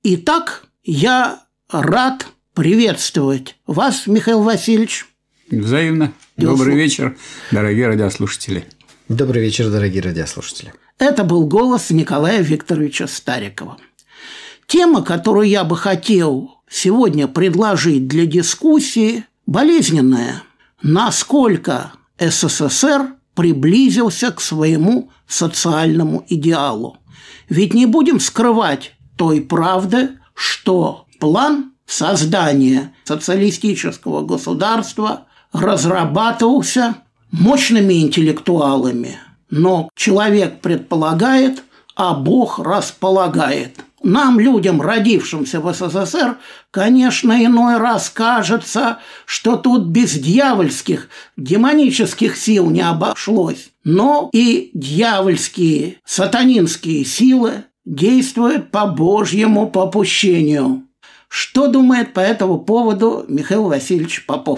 Итак, я рад приветствовать вас, Михаил Васильевич. Взаимно. Добрый вечер, дорогие радиослушатели. Добрый вечер, дорогие радиослушатели. Это был голос Николая Викторовича Старикова. Тема, которую я бы хотел сегодня предложить для дискуссии, болезненная. Насколько СССР приблизился к своему социальному идеалу. Ведь не будем скрывать той правды, что план создания социалистического государства разрабатывался мощными интеллектуалами. Но человек предполагает, а Бог располагает. Нам, людям, родившимся в СССР, конечно, иной раз кажется, что тут без дьявольских, демонических сил не обошлось. Но и дьявольские, сатанинские силы действуют по Божьему попущению. Что думает по этому поводу Михаил Васильевич Попов?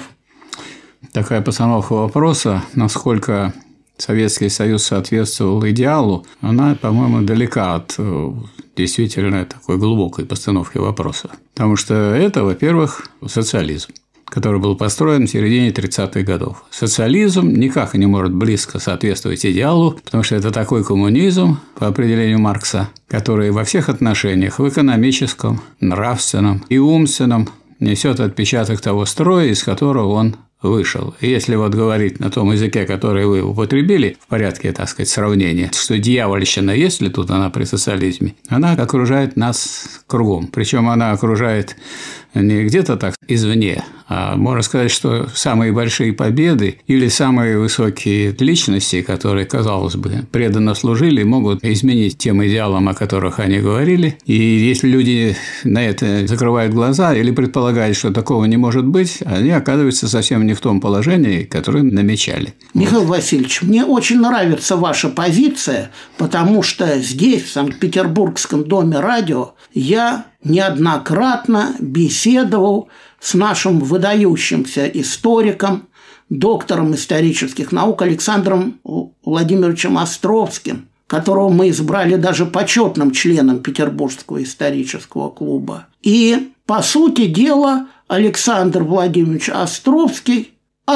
Такая постановка вопроса, насколько Советский Союз соответствовал идеалу, она, по-моему, далека от действительно такой глубокой постановки вопроса. Потому что это, во-первых, социализм, который был построен в середине 30-х годов. Социализм никак не может близко соответствовать идеалу, потому что это такой коммунизм, по определению Маркса, который во всех отношениях, в экономическом, нравственном и умственном, несет отпечаток того строя, из которого он вышел. И если вот говорить на том языке, который вы употребили, в порядке, так сказать, сравнения, что дьявольщина есть ли тут она при социализме, она окружает нас кругом. Причем она окружает не где-то так извне, а можно сказать, что самые большие победы или самые высокие личности, которые, казалось бы, преданно служили, могут изменить тем идеалам, о которых они говорили. И если люди на это закрывают глаза или предполагают, что такого не может быть, они оказываются совсем не в том положении, которое намечали. Михаил Васильевич, мне очень нравится ваша позиция, потому что здесь, в Санкт-Петербургском доме радио, я неоднократно беседовал с нашим выдающимся историком, доктором исторических наук Александром Владимировичем Островским, которого мы избрали даже почетным членом Петербургского исторического клуба. И, по сути дела, Александр Владимирович Островский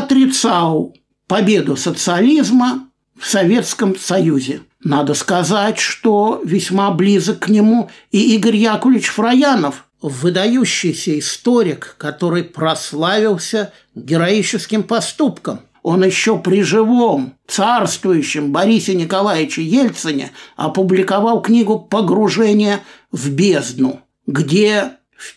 отрицал победу социализма в Советском Союзе. Надо сказать, что весьма близок к нему и Игорь Яковлевич Фроянов, выдающийся историк, который прославился героическим поступком. Он еще при живом царствующем Борисе Николаевиче Ельцине опубликовал книгу «Погружение в бездну», где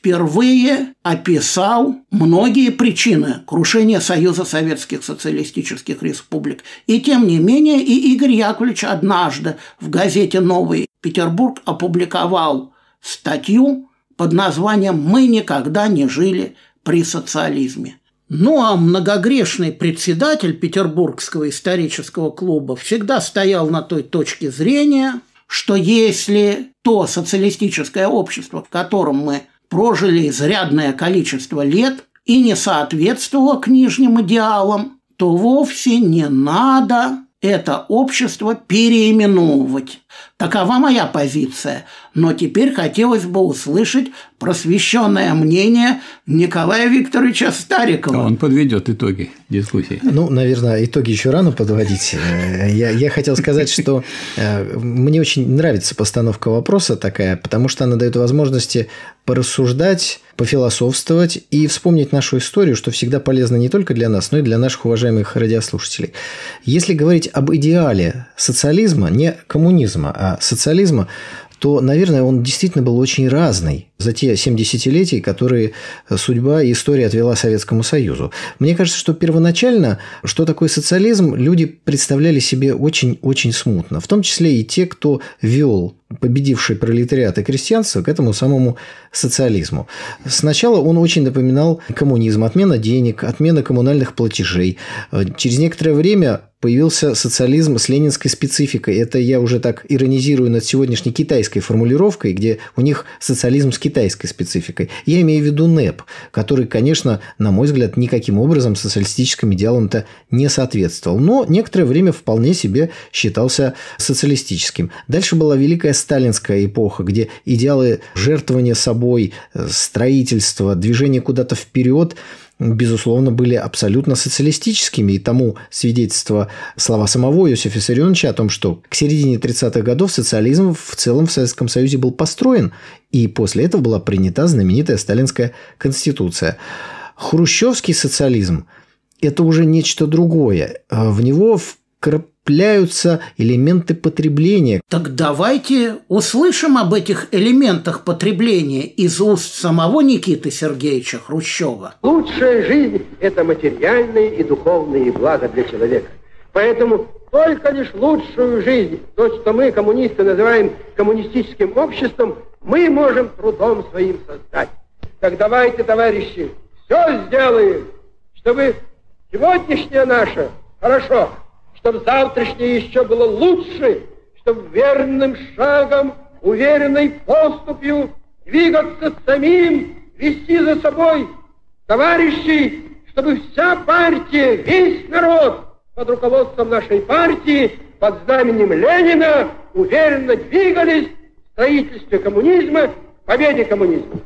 впервые описал многие причины крушения Союза Советских Социалистических Республик. И тем не менее, и Игорь Яковлевич однажды в газете «Новый Петербург» опубликовал статью под названием «Мы никогда не жили при социализме». Ну а многогрешный председатель Петербургского исторического клуба всегда стоял на той точке зрения, что если то социалистическое общество, в котором мы прожили изрядное количество лет и не соответствовало книжным идеалам, то вовсе не надо это общество переименовывать. Такова моя позиция. Но теперь хотелось бы услышать просвещенное мнение Николая Викторовича Старикова. Он подведет итоги дискуссии. Ну, наверное, итоги еще рано подводить. Я хотел сказать, что мне очень нравится постановка вопроса такая, потому что она дает возможности порассуждать, пофилософствовать и вспомнить нашу историю, что всегда полезно не только для нас, но и для наших уважаемых радиослушателей. Если говорить об идеале социализма, не коммунизма, а социализма, то, наверное, он действительно был очень разный за те 7 десятилетий, которые судьба и история отвела Советскому Союзу. Мне кажется, что первоначально, что такое социализм, люди представляли себе очень-очень смутно. В том числе и те, кто вел победивший пролетариат и крестьянство к этому самому социализму. Сначала он очень напоминал коммунизм, отмена денег, отмена коммунальных платежей. Через некоторое время появился социализм с ленинской спецификой. Это я уже так иронизирую над сегодняшней китайской формулировкой, где у них социализм с китайской спецификой. Я имею в виду НЭП, который, конечно, на мой взгляд, никаким образом социалистическим идеалам-то не соответствовал. Но некоторое время вполне себе считался социалистическим. Дальше была Великая сталинская эпоха, где идеалы жертвования собой, строительства, движения куда-то вперед, безусловно, были абсолютно социалистическими. И тому свидетельство слова самого Иосифа Виссарионовича о том, что к середине 30-х годов социализм в целом в Советском Союзе был построен, и после этого была принята знаменитая сталинская конституция. Хрущевский социализм – это уже нечто другое. В него вкрапляются элементы потребления. Так давайте услышим об этих элементах потребления из уст самого Никиты Сергеевича Хрущева. Лучшая жизнь – это материальные и духовные блага для человека. Поэтому только лишь лучшую жизнь, то, что мы, коммунисты, называем коммунистическим обществом, мы можем трудом своим создать. Так давайте, товарищи, все сделаем, чтобы сегодняшнее наше хорошо, чтобы завтрашнее еще было лучше, чтобы верным шагом, уверенной поступью двигаться самим, вести за собой товарищей, чтобы вся партия, весь народ под руководством нашей партии, под знаменем Ленина уверенно двигались в строительстве коммунизма, к победе коммунизма.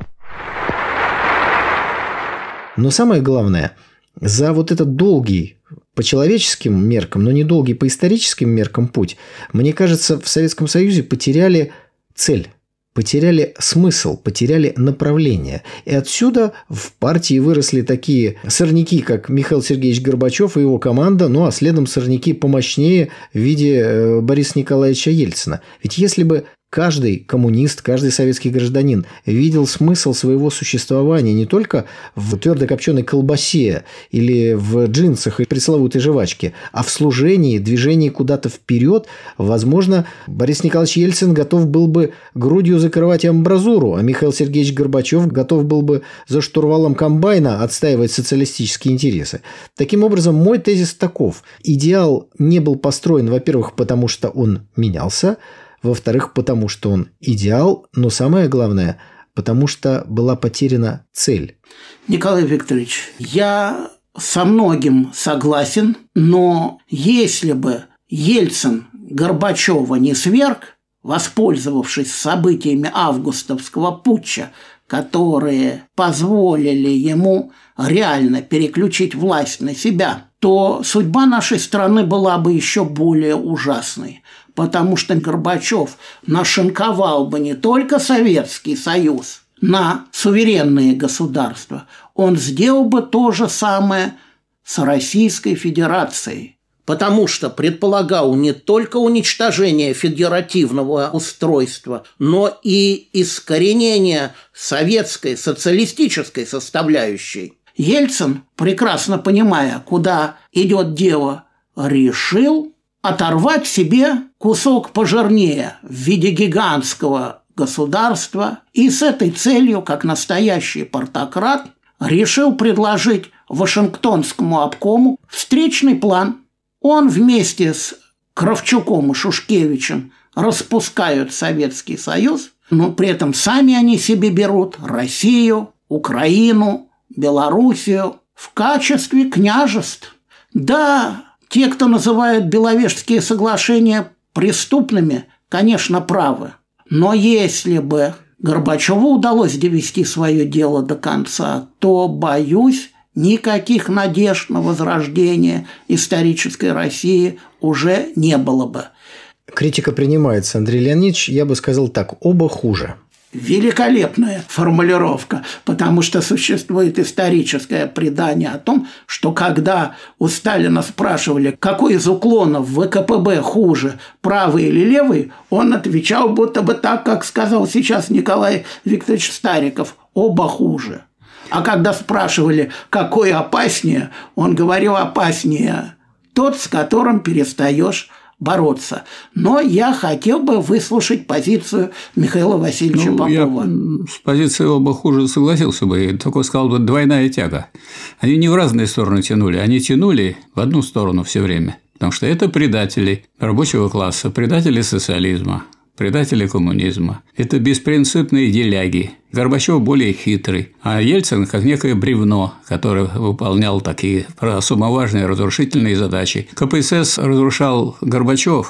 Но самое главное, за вот этот долгий по человеческим меркам, но не долгий по историческим меркам путь, мне кажется, в Советском Союзе потеряли цель, потеряли смысл, потеряли направление. И отсюда в партии выросли такие сорняки, как Михаил Сергеевич Горбачев и его команда, ну а следом сорняки помощнее в виде Бориса Николаевича Ельцина. Ведь если бы каждый коммунист, каждый советский гражданин видел смысл своего существования не только в твердокопченой колбасе или в джинсах и пресловутой жвачке, а в служении, движении куда-то вперед, возможно, Борис Николаевич Ельцин готов был бы грудью закрывать амбразуру, а Михаил Сергеевич Горбачев готов был бы за штурвалом комбайна отстаивать социалистические интересы. Таким образом, мой тезис таков. Идеал не был построен, во-первых, потому что он менялся, во-вторых, потому что он идеал, но самое главное, потому что была потеряна цель. Николай Викторович, я со многим согласен, но если бы Ельцин Горбачева не сверг, воспользовавшись событиями августовского путча, которые позволили ему реально переключить власть на себя, то судьба нашей страны была бы еще более ужасной. Потому что Горбачев нашинковал бы не только Советский Союз на суверенные государства, он сделал бы то же самое с Российской Федерацией. Потому что предполагал не только уничтожение федеративного устройства, но и искоренение советской социалистической составляющей. Ельцин, прекрасно понимая, куда идет дело, решил оторвать себе кусок пожирнее в виде гигантского государства и с этой целью, как настоящий партократ, решил предложить Вашингтонскому обкому встречный план. Он вместе с Кравчуком и Шушкевичем распускают Советский Союз, но при этом сами они себе берут Россию, Украину, Белоруссию в качестве княжеств. Да, те, кто называют Беловежские соглашения преступными, конечно, правы. Но если бы Горбачеву удалось довести свое дело до конца, то, боюсь, никаких надежд на возрождение исторической России уже не было бы. Критика принимается, Андрей Леонидович. Я бы сказал так, оба хуже. Великолепная формулировка, потому что существует историческое предание о том, что когда у Сталина спрашивали, какой из уклонов ВКПБ хуже, правый или левый, он отвечал будто бы так, как сказал сейчас Николай Викторович Стариков, оба хуже. А когда спрашивали, какой опаснее, он говорил, опаснее тот, с которым перестаешь бороться. Но я хотел бы выслушать позицию Михаила Васильевича Попова. Я с позицией оба хуже согласился бы, и только сказал бы двойная тяга. Они не в разные стороны тянули, они тянули в одну сторону все время. Потому что это предатели рабочего класса, предатели социализма, предатели коммунизма. Это беспринципные деляги. Горбачев более хитрый, а Ельцин как некое бревно, которое выполнял такие особо важные разрушительные задачи. КПСС разрушал Горбачев,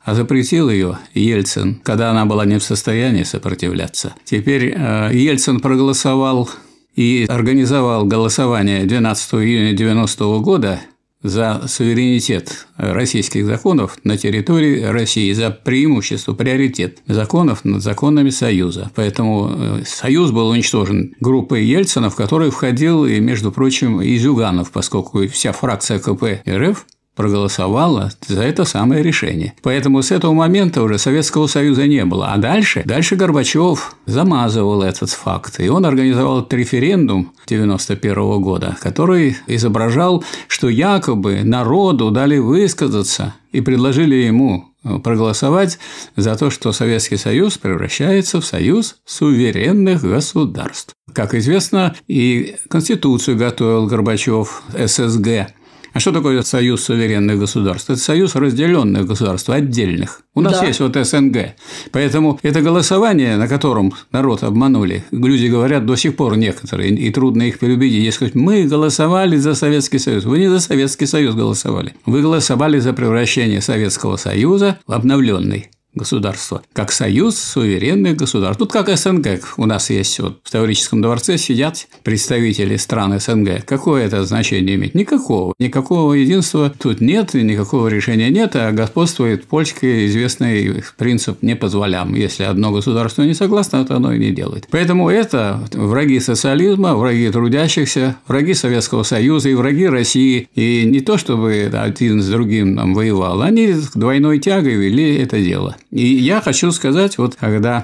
а запретил ее Ельцин, когда она была не в состоянии сопротивляться. Теперь Ельцин проголосовал и организовал голосование 12 июня 1990 года за суверенитет российских законов на территории России, за преимущество, приоритет законов над законами Союза. Поэтому Союз был уничтожен группой Ельцина, в которую входил и, между прочим, и Зюганов, поскольку вся фракция КП РФ проголосовала за это самое решение. Поэтому с этого момента уже Советского Союза не было. А дальше Горбачев замазывал этот факт. И он организовал этот референдум 1991 года, который изображал, что якобы народу дали высказаться и предложили ему проголосовать за то, что Советский Союз превращается в союз суверенных государств. Как известно, и Конституцию готовил Горбачев, ССГ. А что такое союз суверенных государств? Это союз разделенных государств, отдельных. У нас есть вот СНГ. Поэтому это голосование, на котором народ обманули, люди говорят до сих пор некоторые, и трудно их переубедить. Если мы голосовали за Советский Союз. Вы не за Советский Союз голосовали. Вы голосовали за превращение Советского Союза в обновленный государство, как союз суверенных государств. Тут как СНГ. У нас есть вот в Таврическом дворце сидят представители стран СНГ. Какое это значение имеет? Никакого. Никакого единства тут нет, никакого решения нет, а господствует польский известный принцип «не позволям». Если одно государство не согласно, то оно и не делает. Поэтому это враги социализма, враги трудящихся, враги Советского Союза и враги России. И не то, чтобы один с другим там воевал, они двойной тягой вели это дело. И я хочу сказать, вот когда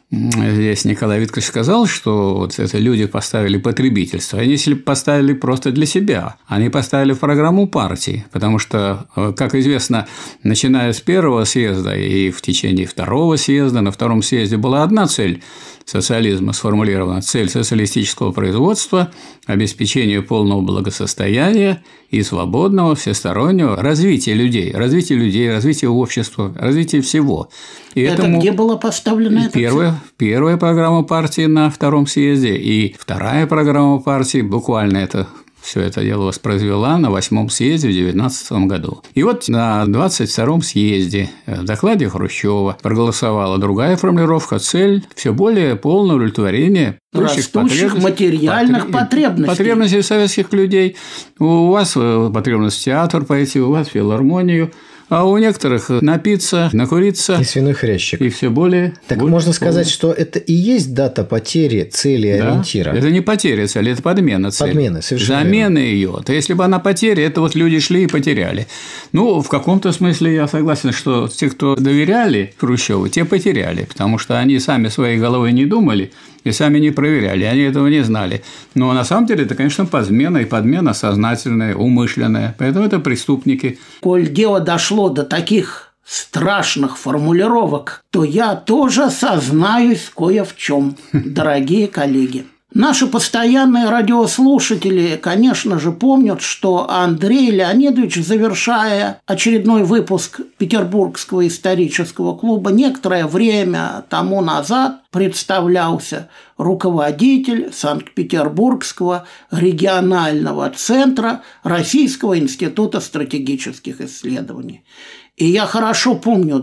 здесь Николай Викторович сказал, что вот это люди поставили потребительство, они поставили просто для себя, они поставили в программу партии, потому что, как известно, начиная с первого съезда и в течение второго съезда, на втором съезде была одна цель социализма сформулирована: цель социалистического производства – обеспечение полного благосостояния и свободного всестороннего развития людей, развития общества, развития всего. И это где была поставлена эта цель? Первая программа партии на втором съезде и вторая программа партии буквально это все это дело воспроизвела на 8-м съезде в 1919 году. И вот на 22-м съезде в докладе Хрущева проголосовала другая формулировка: цель все более полное удовлетворение растущих материальных потребностей советских людей. У вас потребность в театр пойти, у вас в филармонию, а у некоторых напиться, накуриться. И свиной хрящик. И все более. Так можно сказать, что это и есть дата потери цели и ориентира. Это не потеря цели, это подмена цели. Подмена, совершенно замена ее. То если бы она потеря, это вот люди шли и потеряли. Ну, в каком-то смысле я согласен, что те, кто доверяли Хрущеву, те потеряли, потому что они сами своей головой не думали и сами не проверяли, они этого не знали. Но на самом деле это, конечно, подмена, и подмена сознательная, умышленная. Поэтому это преступники. Коль дело дошло до таких страшных формулировок, то я тоже сознаюсь кое в чем, дорогие коллеги. Наши постоянные радиослушатели, конечно же, помнят, что Андрей Леонидович, завершая очередной выпуск Петербургского исторического клуба, некоторое время тому назад представлялся руководитель Санкт-Петербургского регионального центра Российского института стратегических исследований. И я хорошо помню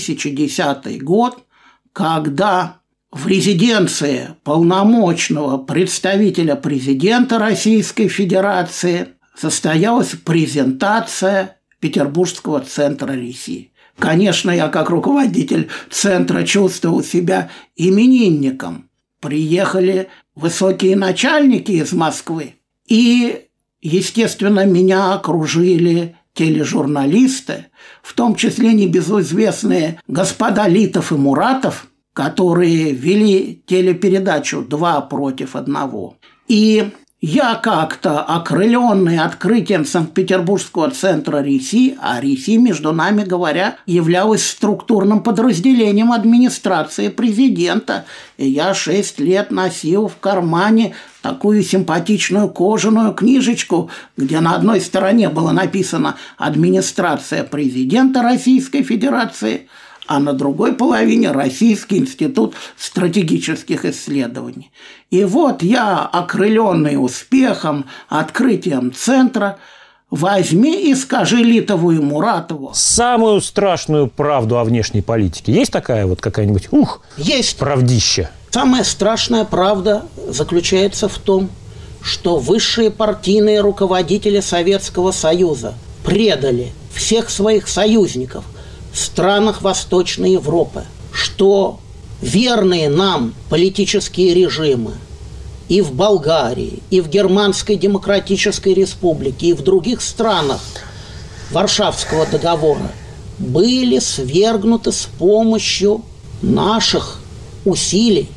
2010 год, когда в резиденции полномочного представителя президента Российской Федерации состоялась презентация Петербургского центра РИСИ. Конечно, я как руководитель центра чувствовал себя именинником. Приехали высокие начальники из Москвы, и, естественно, меня окружили тележурналисты, в том числе небезызвестные господа Литов и Муратов, которые вели телепередачу «Два против одного». И я как-то, окрыленный открытием Санкт-Петербургского центра РИСИ, а РИСИ, между нами говоря, являлась структурным подразделением администрации президента, и я 6 лет носил в кармане такую симпатичную кожаную книжечку, где на одной стороне было написано «Администрация президента Российской Федерации», а на другой половине Российский институт стратегических исследований. И вот я, окрыленный успехом, открытием центра, Возьми и скажи Литову и Муратову. Самую страшную правду о внешней политике. Есть такая вот какая-нибудь, Есть. правдища? Самая страшная правда заключается в том, что высшие партийные руководители Советского Союза предали всех своих союзников в странах Восточной Европы, что верные нам политические режимы и в Болгарии, и в Германской Демократической Республике, и в других странах Варшавского договора были свергнуты с помощью наших усилий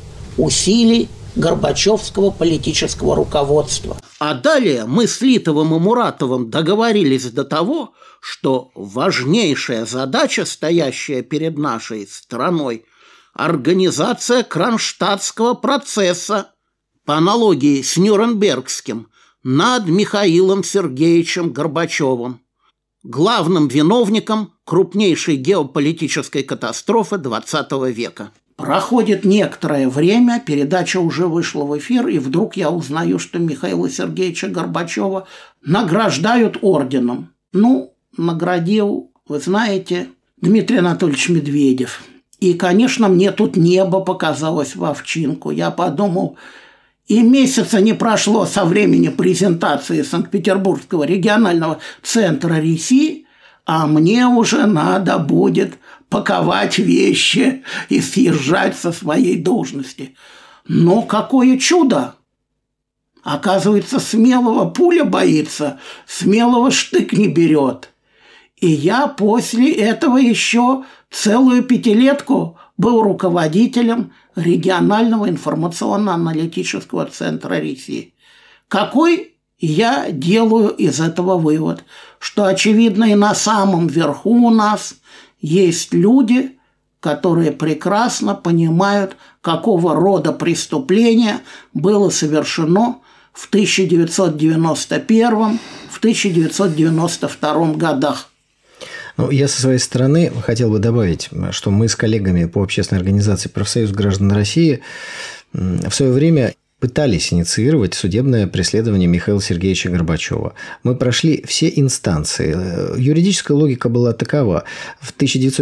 горбачевского политического руководства. А далее мы с Литовым и Муратовым договорились до того, что важнейшая задача, стоящая перед нашей страной, организация кронштадтского процесса по аналогии с Нюрнбергским над Михаилом Сергеевичем Горбачевым, главным виновником крупнейшей геополитической катастрофы XX века. Проходит некоторое время, передача уже вышла в эфир, и вдруг я узнаю, что Михаила Сергеевича Горбачева награждают орденом. Наградил, вы знаете, Дмитрий Анатольевич Медведев. И, конечно, мне тут небо показалось в овчинку. Я подумал, и месяца не прошло со времени презентации Санкт-Петербургского регионального центра РИСИ, а мне уже надо будет паковать вещи и съезжать со своей должности. Но какое чудо! Оказывается, смелого пуля боится, смелого штык не берет. И я после этого еще целую пятилетку был руководителем регионального информационно-аналитического центра РИСИ. Какой я делаю из этого вывод? Что, очевидно, и на самом верху у нас есть люди, которые прекрасно понимают, какого рода преступление было совершено в 1991, в 1992 годах. Я со своей стороны хотел бы добавить, что мы с коллегами по общественной организации «Профсоюз граждан России» в свое время пытались инициировать судебное преследование Михаила Сергеевича Горбачева. Мы прошли все инстанции. Юридическая логика была такова. В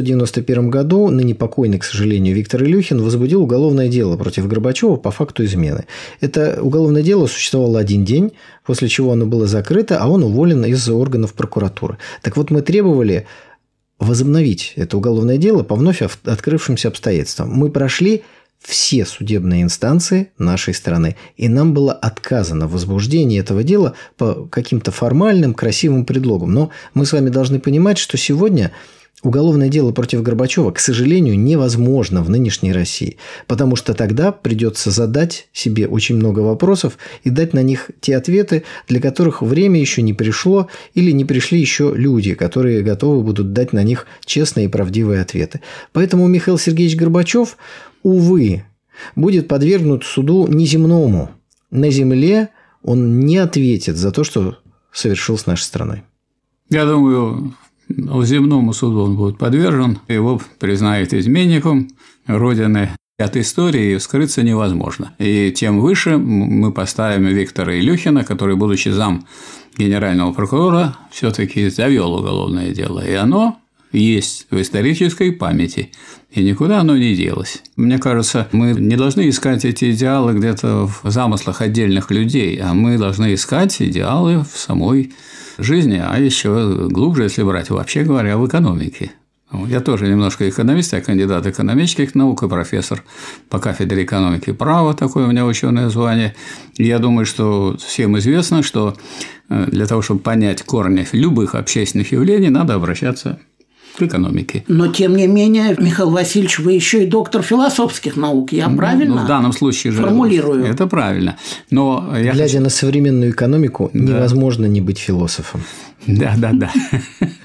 1991 году ныне покойный, к сожалению, Виктор Илюхин возбудил уголовное дело против Горбачева по факту измены. Это уголовное дело существовало один день, после чего оно было закрыто, а он уволен из органов прокуратуры. Так вот, мы требовали возобновить это уголовное дело по вновь открывшимся обстоятельствам. Мы прошли все судебные инстанции нашей страны, и нам было отказано в возбуждении этого дела по каким-то формальным, красивым предлогам. Но мы с вами должны понимать, что сегодня уголовное дело против Горбачева, к сожалению, невозможно в нынешней России, потому что тогда придется задать себе очень много вопросов и дать на них те ответы, для которых время еще не пришло или не пришли еще люди, которые готовы будут дать на них честные и правдивые ответы. Поэтому Михаил Сергеевич Горбачев, увы, будет подвергнут суду неземному. На земле он не ответит за то, что совершил с нашей страной. Я думаю, земному суду он будет подвержен, его признают изменником Родины. От истории скрыться невозможно. И тем выше мы поставим Виктора Илюхина, который, будучи зам генерального прокурора, все-таки завел уголовное дело. И оно есть в исторической памяти, и никуда оно не делось. Мне кажется, мы не должны искать эти идеалы где-то в замыслах отдельных людей, а мы должны искать идеалы в самой жизни, а еще глубже, если брать, вообще говоря, в экономике. Я тоже немножко экономист, я кандидат экономических наук и профессор по кафедре экономики и права, такое у меня ученое звание. И я думаю, что всем известно, что для того, чтобы понять корни любых общественных явлений, надо обращаться к экономике. Но, тем не менее, Михаил Васильевич, вы еще и доктор философских наук. Я правильно в данном случае формулирую? Это правильно. Но глядя на современную экономику, невозможно не быть философом. Да.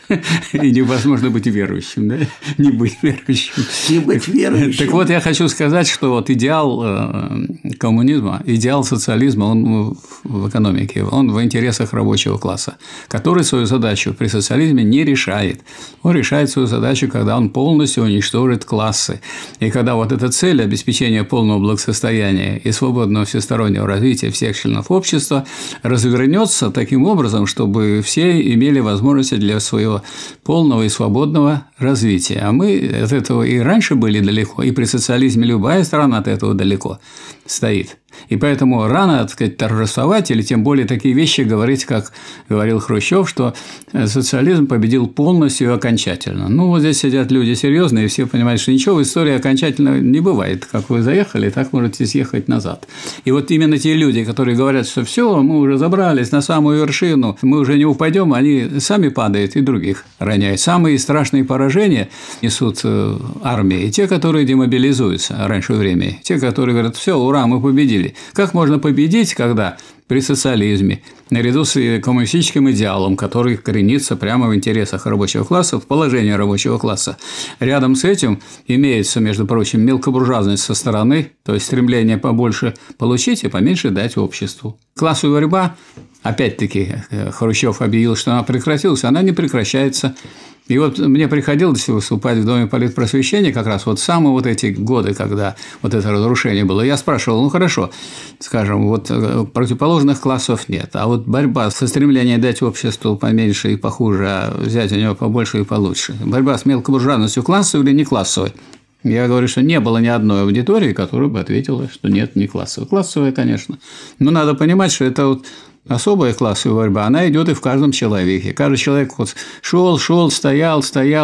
И невозможно быть верующим, да? Не быть верующим. Не быть верующим. Так вот, я хочу сказать, что вот идеал коммунизма, идеал социализма, он в экономике, он в интересах рабочего класса, который свою задачу при социализме не решает. Он решает свою задачу, когда он полностью уничтожит классы. И когда вот эта цель обеспечения полного благосостояния и свободного всестороннего развития всех членов общества развернется таким образом, чтобы все имели возможности для своего полного и свободного развития. А мы от этого и раньше были далеко, и при социализме любая страна от этого далеко стоит. И поэтому рано, так сказать, торжествовать или тем более такие вещи говорить, как говорил Хрущев, что социализм победил полностью и окончательно. Ну, вот здесь сидят люди серьезные, и все понимают, что ничего в истории окончательно не бывает. Как вы заехали, так можете съехать назад. И вот именно те люди, которые говорят, что все, мы уже забрались на самую вершину, мы уже не упадем, они сами падают и других роняют. Самые страшные поражения несут армии, те, которые демобилизуются раньше времени, те, которые говорят, все, ура, мы победили. Как можно победить, когда при социализме, наряду с коммунистическим идеалом, который коренится прямо в интересах рабочего класса, в положении рабочего класса, рядом с этим имеется, между прочим, мелкобуржуазность со стороны, то есть стремление побольше получить и поменьше дать обществу. Классовая борьба, опять-таки, Хрущев объявил, что она прекратилась, она не прекращается. И вот мне приходилось выступать в Доме политпросвещения как раз вот самые вот эти годы, когда вот это разрушение было. Я спрашивал, ну хорошо, скажем, вот противоположных классов нет, а вот борьба со стремлением дать обществу поменьше и похуже, а взять у него побольше и получше. Борьба с мелкобуржуазностью классовой или не классовой? Я говорю, что не было ни одной аудитории, которая бы ответила, что нет, не классовая. Классовая, конечно. Но надо понимать, что это вот особая классовая борьба, она идет и в каждом человеке. Каждый человек вот шел, стоял,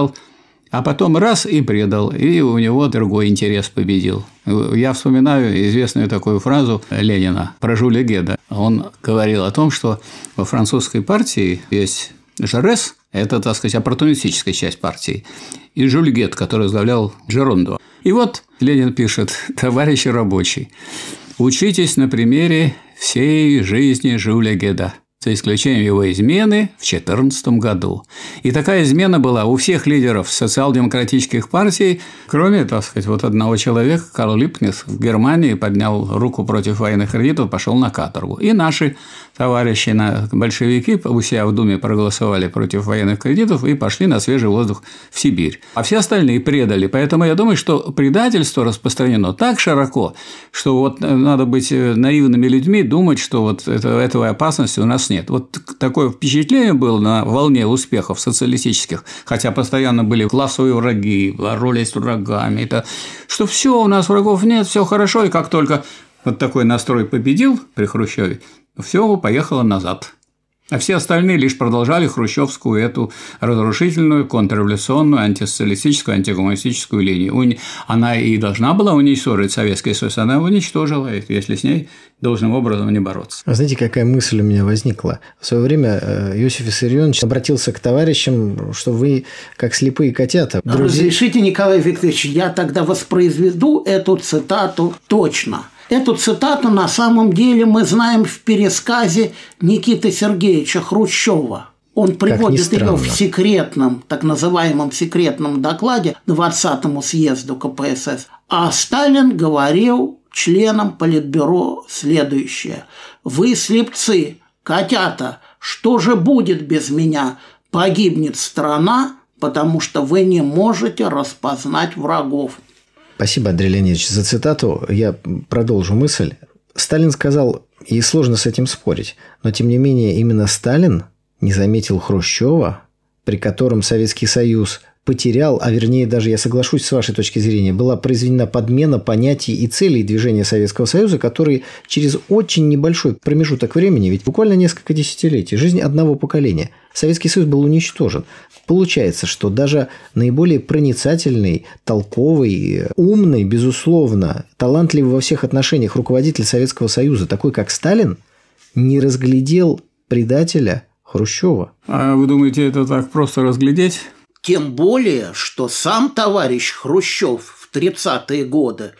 а потом раз и предал, и у него другой интерес победил. Я вспоминаю известную такую фразу Ленина про Жюля Геда. Он говорил о том, что во французской партии есть Жарес, это, так сказать, оппортунистическая часть партии, и Жюль Гед, который возглавлял Джеронду. И вот Ленин пишет: «Товарищи рабочие, учитесь на примере всей жизни Жюля Геда, за исключением его измены в 2014 году». И такая измена была у всех лидеров социал-демократических партий, кроме, так сказать, вот одного человека, Карл Липкнехт, в Германии поднял руку против военных кредитов, пошел на каторгу. И наши товарищи, большевики, у себя в Думе проголосовали против военных кредитов и пошли на свежий воздух в Сибирь. А все остальные предали. Поэтому я думаю, что предательство распространено так широко, что вот надо быть наивными людьми, думать, что вот этого опасности у нас нет. Вот такое впечатление было на волне успехов социалистических, хотя постоянно были классовые враги, боролись с врагами, что все, у нас врагов нет, все хорошо, и как только вот такой настрой победил при Хрущеве, все поехало назад. А все остальные лишь продолжали хрущевскую эту разрушительную, контрреволюционную, антисоциалистическую, антикоммунистическую линию. Она и должна была уничтожить Советский Союз, она его уничтожила, если с ней должным образом не бороться. А знаете, какая мысль у меня возникла? В свое время Иосиф Виссарионович обратился к товарищам, что вы как слепые котята. Разрешите, Николай Викторович, я тогда воспроизведу эту цитату точно. Эту цитату на самом деле мы знаем в пересказе Никиты Сергеевича Хрущева. Он приводит ее в секретном, так называемом секретном докладе 20-му съезду КПСС. А Сталин говорил членам Политбюро следующее: «Вы слепцы, котята, что же будет без меня? Погибнет страна, потому что вы не можете распознать врагов». Спасибо, Андрей Леонидович, за цитату. Я продолжу мысль. Сталин сказал, и сложно с этим спорить, но тем не менее именно Сталин не заметил Хрущева, при котором Советский Союз потерял, а вернее даже, я соглашусь с вашей точки зрения, была произведена подмена понятий и целей движения Советского Союза, которые через очень небольшой промежуток времени, ведь буквально несколько десятилетий, жизнь одного поколения, Советский Союз был уничтожен. Получается, что даже наиболее проницательный, толковый, умный, безусловно, талантливый во всех отношениях руководитель Советского Союза, такой как Сталин, не разглядел предателя Хрущева. А вы думаете, это так просто разглядеть? Тем более, что сам товарищ Хрущев в 30-е годы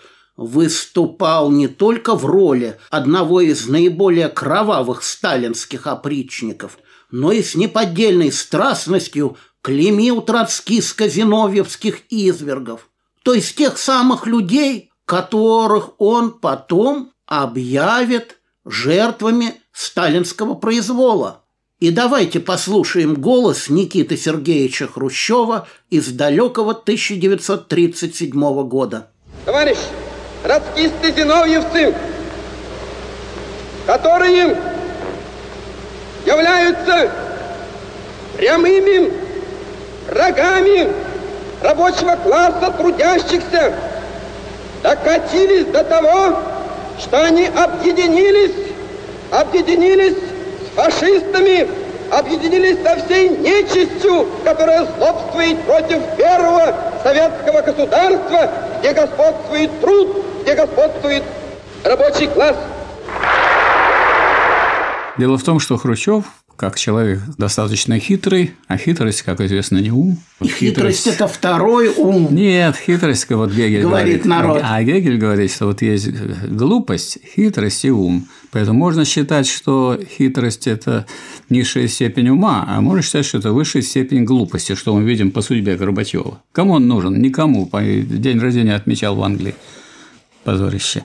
выступал не только в роли одного из наиболее кровавых сталинских опричников, но и с неподдельной страстностью клеймил троцкистско-зиновьевских извергов, то есть тех самых людей, которых он потом объявит жертвами сталинского произвола. И давайте послушаем голос Никиты Сергеевича Хрущева из далекого 1937 года. Товарищ, троцкисты-зиновьевцы, которые являются прямыми врагами рабочего класса трудящихся, докатились до того, что они объединились с фашистами, объединились со всей нечистью, которая злобствует против первого советского государства, где господствует труд, где господствует рабочий класс. Дело в том, что Хрущев, как человек достаточно хитрый, а хитрость, как известно, не ум. И хитрость – это второй ум. Нет, хитрость, вот Гегель говорит. Народ. А Гегель говорит, что вот есть глупость, хитрость и ум. Поэтому можно считать, что хитрость – это низшая степень ума, а можно считать, что это высшая степень глупости, что мы видим по судьбе Горбачева. Кому он нужен? Никому. День рождения отмечал в Англии. Позорище.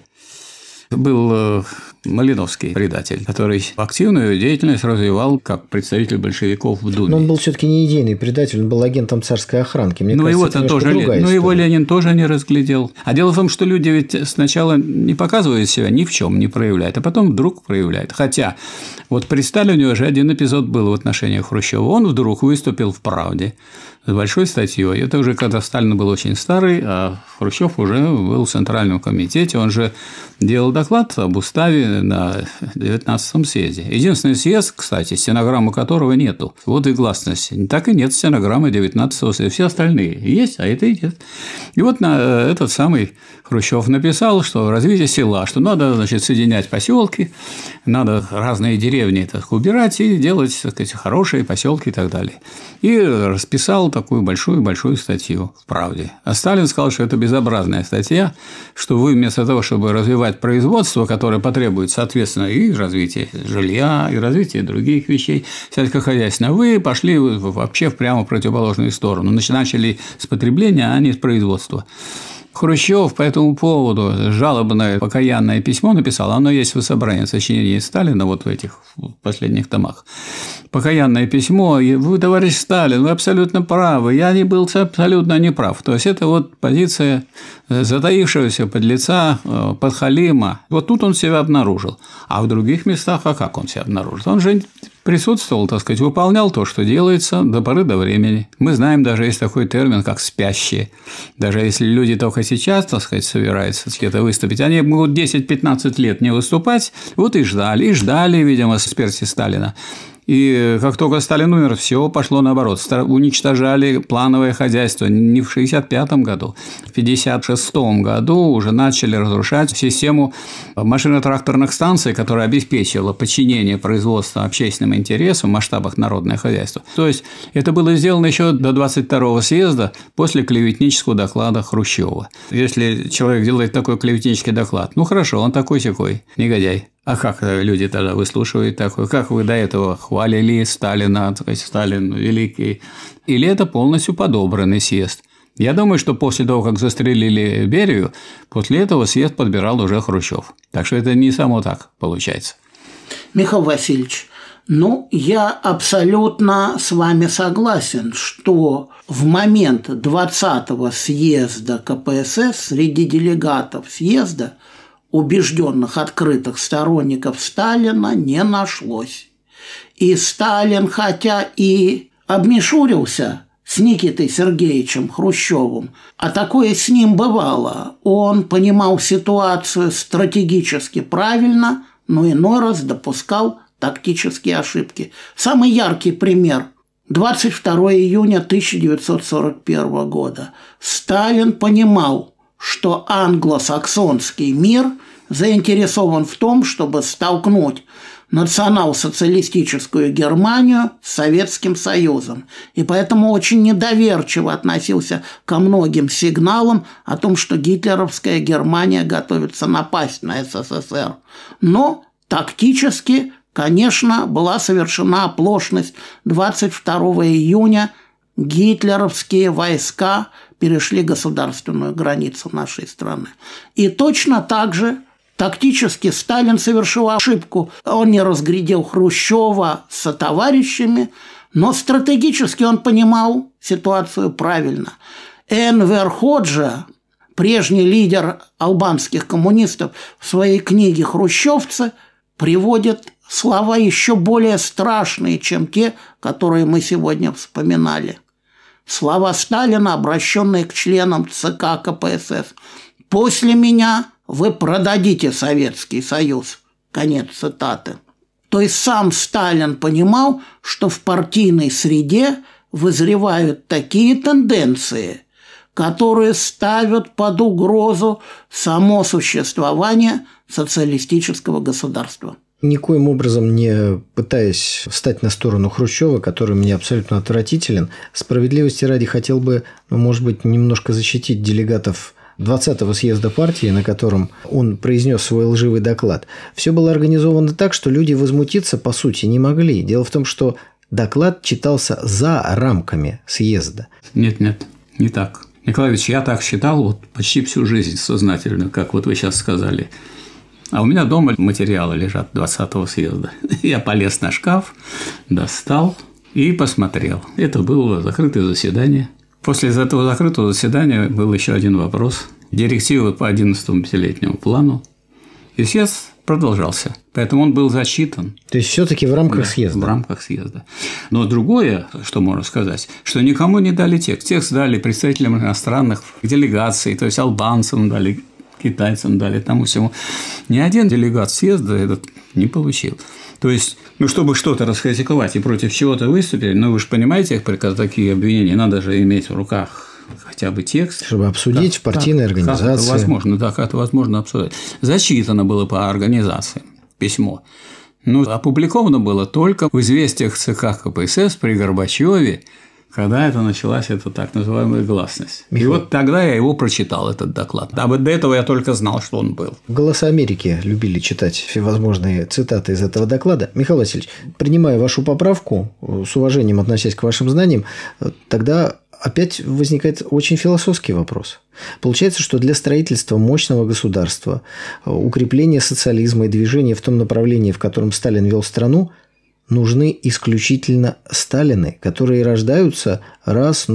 Был Малиновский предатель, который активную деятельность развивал как представитель большевиков в Думе. Но он был все-таки не идейный предатель, он был агентом царской охранки. Мне кажется, это тоже, другая история. его Ленин тоже не разглядел. А дело в том, что люди ведь сначала не показывают себя ни в чем, не проявляют, а потом вдруг проявляют. Хотя вот при Сталине уже один эпизод был в отношении Хрущева. Он вдруг выступил в «Правде» с большой статьей. Это уже когда Сталин был очень старый, а Хрущев уже был в Центральном комитете. Он же делал доклад об уставе на 19-м съезде. Единственный съезд, кстати, стенограммы которого нету. Вот и гласность. Так и нет стенограммы 19-го съезда. Все остальные есть, а это и нет. И вот этот самый Хрущев написал, что развитие села, что надо, значит, соединять поселки, надо разные деревни так убирать и делать, так сказать, хорошие поселки и так далее. И расписал такую большую статью в «Правде». А Сталин сказал, что это безобразная статья, что вы вместо того, чтобы развивать производство, которое потребует, соответственно, и развитие жилья, и развитие других вещей сельскохозяйственного, вы пошли вообще в прямо противоположную сторону. Начали с потребления, а не с производства. Хрущев по этому поводу жалобное покаянное письмо написал, оно есть в собрании сочинений Сталина, вот в этих последних томах. Покаянное письмо, вы, товарищ Сталин, вы абсолютно правы, я не был абсолютно неправ. То есть, это вот позиция затаившегося подлеца, подхалима. Вот тут он себя обнаружил. А в других местах, а как он себя обнаружил? Он же присутствовал, так сказать, выполнял то, что делается до поры до времени. Мы знаем, даже есть такой термин, как «спящие». Даже если люди только сейчас, так сказать, собираются где-то выступить, они могут 10-15 лет не выступать, вот и ждали, видимо, смерти Сталина. И как только Сталин умер, все пошло наоборот. Уничтожали плановое хозяйство не в 1965 году. В 1956 году уже начали разрушать систему машино-тракторных станций, которая обеспечивала подчинение производства общественным интересам в масштабах народное хозяйство. То есть, это было сделано еще до 22-го съезда после клеветнического доклада Хрущева. Если человек делает такой клеветнический доклад, ну хорошо, он такой-сякой, негодяй. А как люди тогда выслушивают такое? Как вы до этого хвалили Сталина, так сказать, Сталин великий? Или это полностью подобранный съезд? Я думаю, что после того, как застрелили Берию, после этого съезд подбирал уже Хрущев. Так что это не само так получается. Михаил Васильевич, я абсолютно с вами согласен, что в момент 20-го съезда КПСС среди делегатов съезда убежденных, открытых сторонников Сталина не нашлось. И Сталин, хотя и обмешурился с Никитой Сергеевичем Хрущевым, а такое с ним бывало, он понимал ситуацию стратегически правильно, но иной раз допускал тактические ошибки. Самый яркий пример – 22 июня 1941 года. Сталин понимал, что англосаксонский мир заинтересован в том, чтобы столкнуть национал-социалистическую Германию с Советским Союзом. И поэтому очень недоверчиво относился ко многим сигналам о том, что гитлеровская Германия готовится напасть на СССР. Но тактически, конечно, была совершена оплошность 22 июня гитлеровские войска перешли государственную границу нашей страны. И точно так же тактически Сталин совершил ошибку. Он не разглядел Хрущева со товарищами, но стратегически он понимал ситуацию правильно. Энвер Ходжа, прежний лидер албанских коммунистов, в своей книге «Хрущевцы» приводит слова еще более страшные, чем те, которые мы сегодня вспоминали. Слова Сталина, обращенные к членам ЦК КПСС. «После меня вы продадите Советский Союз». Конец цитаты. То есть сам Сталин понимал, что в партийной среде вызревают такие тенденции, которые ставят под угрозу само существование социалистического государства. Никоим образом не пытаясь встать на сторону Хрущева, который мне абсолютно отвратителен, справедливости ради хотел бы, может быть, немножко защитить делегатов 20-го съезда партии, на котором он произнес свой лживый доклад. Все было организовано так, что люди возмутиться, по сути, не могли. Дело в том, что доклад читался за рамками съезда. Нет, не так. Николай Ильич, я так считал вот почти всю жизнь сознательно, как вот вы сейчас сказали. А у меня дома материалы лежат 20-го съезда. Я полез на шкаф, достал и посмотрел. Это было закрытое заседание. После этого закрытого заседания был еще один вопрос. Директивы по 11-му пятилетнему плану. И съезд продолжался. Поэтому он был зачитан. То есть, все-таки в рамках съезда. В рамках съезда. Но другое, что можно сказать, что никому не дали текст. Текст дали представителям иностранных делегаций, то есть албанцам дали, китайцам дали, тому всему. Ни один делегат съезда этот не получил. То есть, чтобы что-то раскритиковать и против чего-то выступить, вы же понимаете, как такие обвинения, надо же иметь в руках хотя бы текст. Чтобы обсудить в партийной организации. Как это возможно, да, как это возможно обсуждать. Зачитано было по организации письмо. Но опубликовано было только в известиях ЦК КПСС при Горбачеве, когда это началась эта так называемая гласность. И вот тогда я его прочитал, этот доклад. А вот до этого я только знал, что он был. «Голоса Америки» любили читать всевозможные цитаты из этого доклада. Михаил Васильевич, принимая вашу поправку, с уважением относясь к вашим знаниям, тогда опять возникает очень философский вопрос. Получается, что для строительства мощного государства, укрепления социализма и движения в том направлении, в котором Сталин вел страну, нужны исключительно Сталины, которые рождаются раз,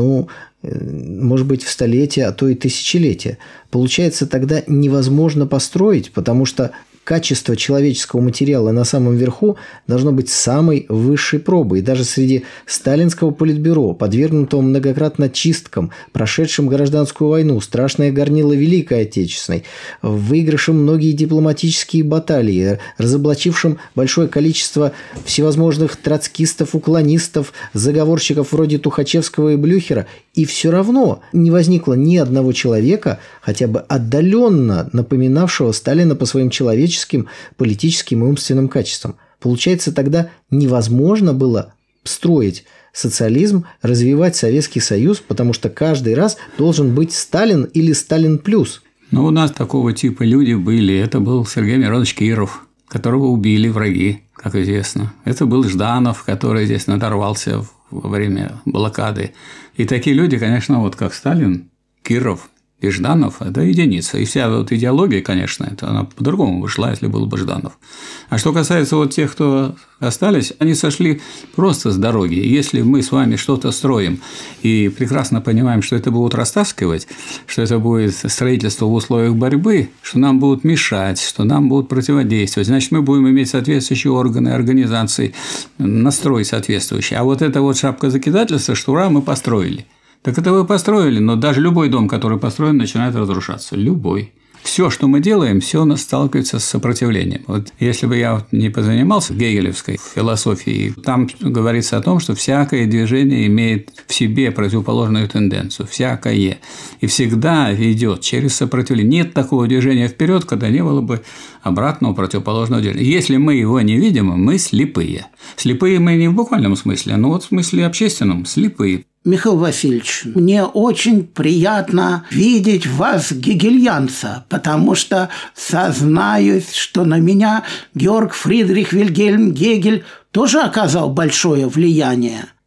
может быть, в столетие, а то и тысячелетия. Получается, тогда невозможно построить, потому что качество человеческого материала на самом верху должно быть самой высшей пробой. И даже среди сталинского политбюро, подвергнутого многократно чисткам, прошедшим гражданскую войну, страшное горнило Великой Отечественной, выигравшим многие дипломатические баталии, разоблачившим большое количество всевозможных троцкистов, уклонистов, заговорщиков вроде Тухачевского и Блюхера, и все равно не возникло ни одного человека, хотя бы отдаленно напоминавшего Сталина по своим человеческим, политическим и умственным качествам. Получается, тогда невозможно было строить социализм, развивать Советский Союз, потому что каждый раз должен быть Сталин или Сталин плюс. У нас такого типа люди были. Это был Сергей Миронович Киров, которого убили враги, как известно. Это был Жданов, который здесь надорвался во время блокады. И такие люди, конечно, вот как Сталин, Киров и Жданов – это единица. И вся вот идеология, конечно, она по-другому вышла, если был бы Жданов. А что касается вот тех, кто остались, они сошли просто с дороги. Если мы с вами что-то строим и прекрасно понимаем, что это будут растаскивать, что это будет строительство в условиях борьбы, что нам будут мешать, что нам будут противодействовать, значит, мы будем иметь соответствующие органы, организации, настрой соответствующий. А вот эта вот шапка закидательства, что ура, мы построили. Так это вы построили, но даже любой дом, который построен, начинает разрушаться. Любой. Все, что мы делаем, все у нас сталкивается с сопротивлением. Вот если бы я не позанимался гегелевской философией, там говорится о том, что всякое движение имеет в себе противоположную тенденцию. Всякое. И всегда идет через сопротивление. Нет такого движения вперед, когда не было бы обратного противоположного движения. Если мы его не видим, мы слепые. Слепые мы не в буквальном смысле, но вот в смысле общественном слепые. Михаил Васильевич, мне очень приятно видеть в вас гегельянца, потому что сознаюсь, что на меня Георг Фридрих Вильгельм Гегель тоже оказал большое влияние.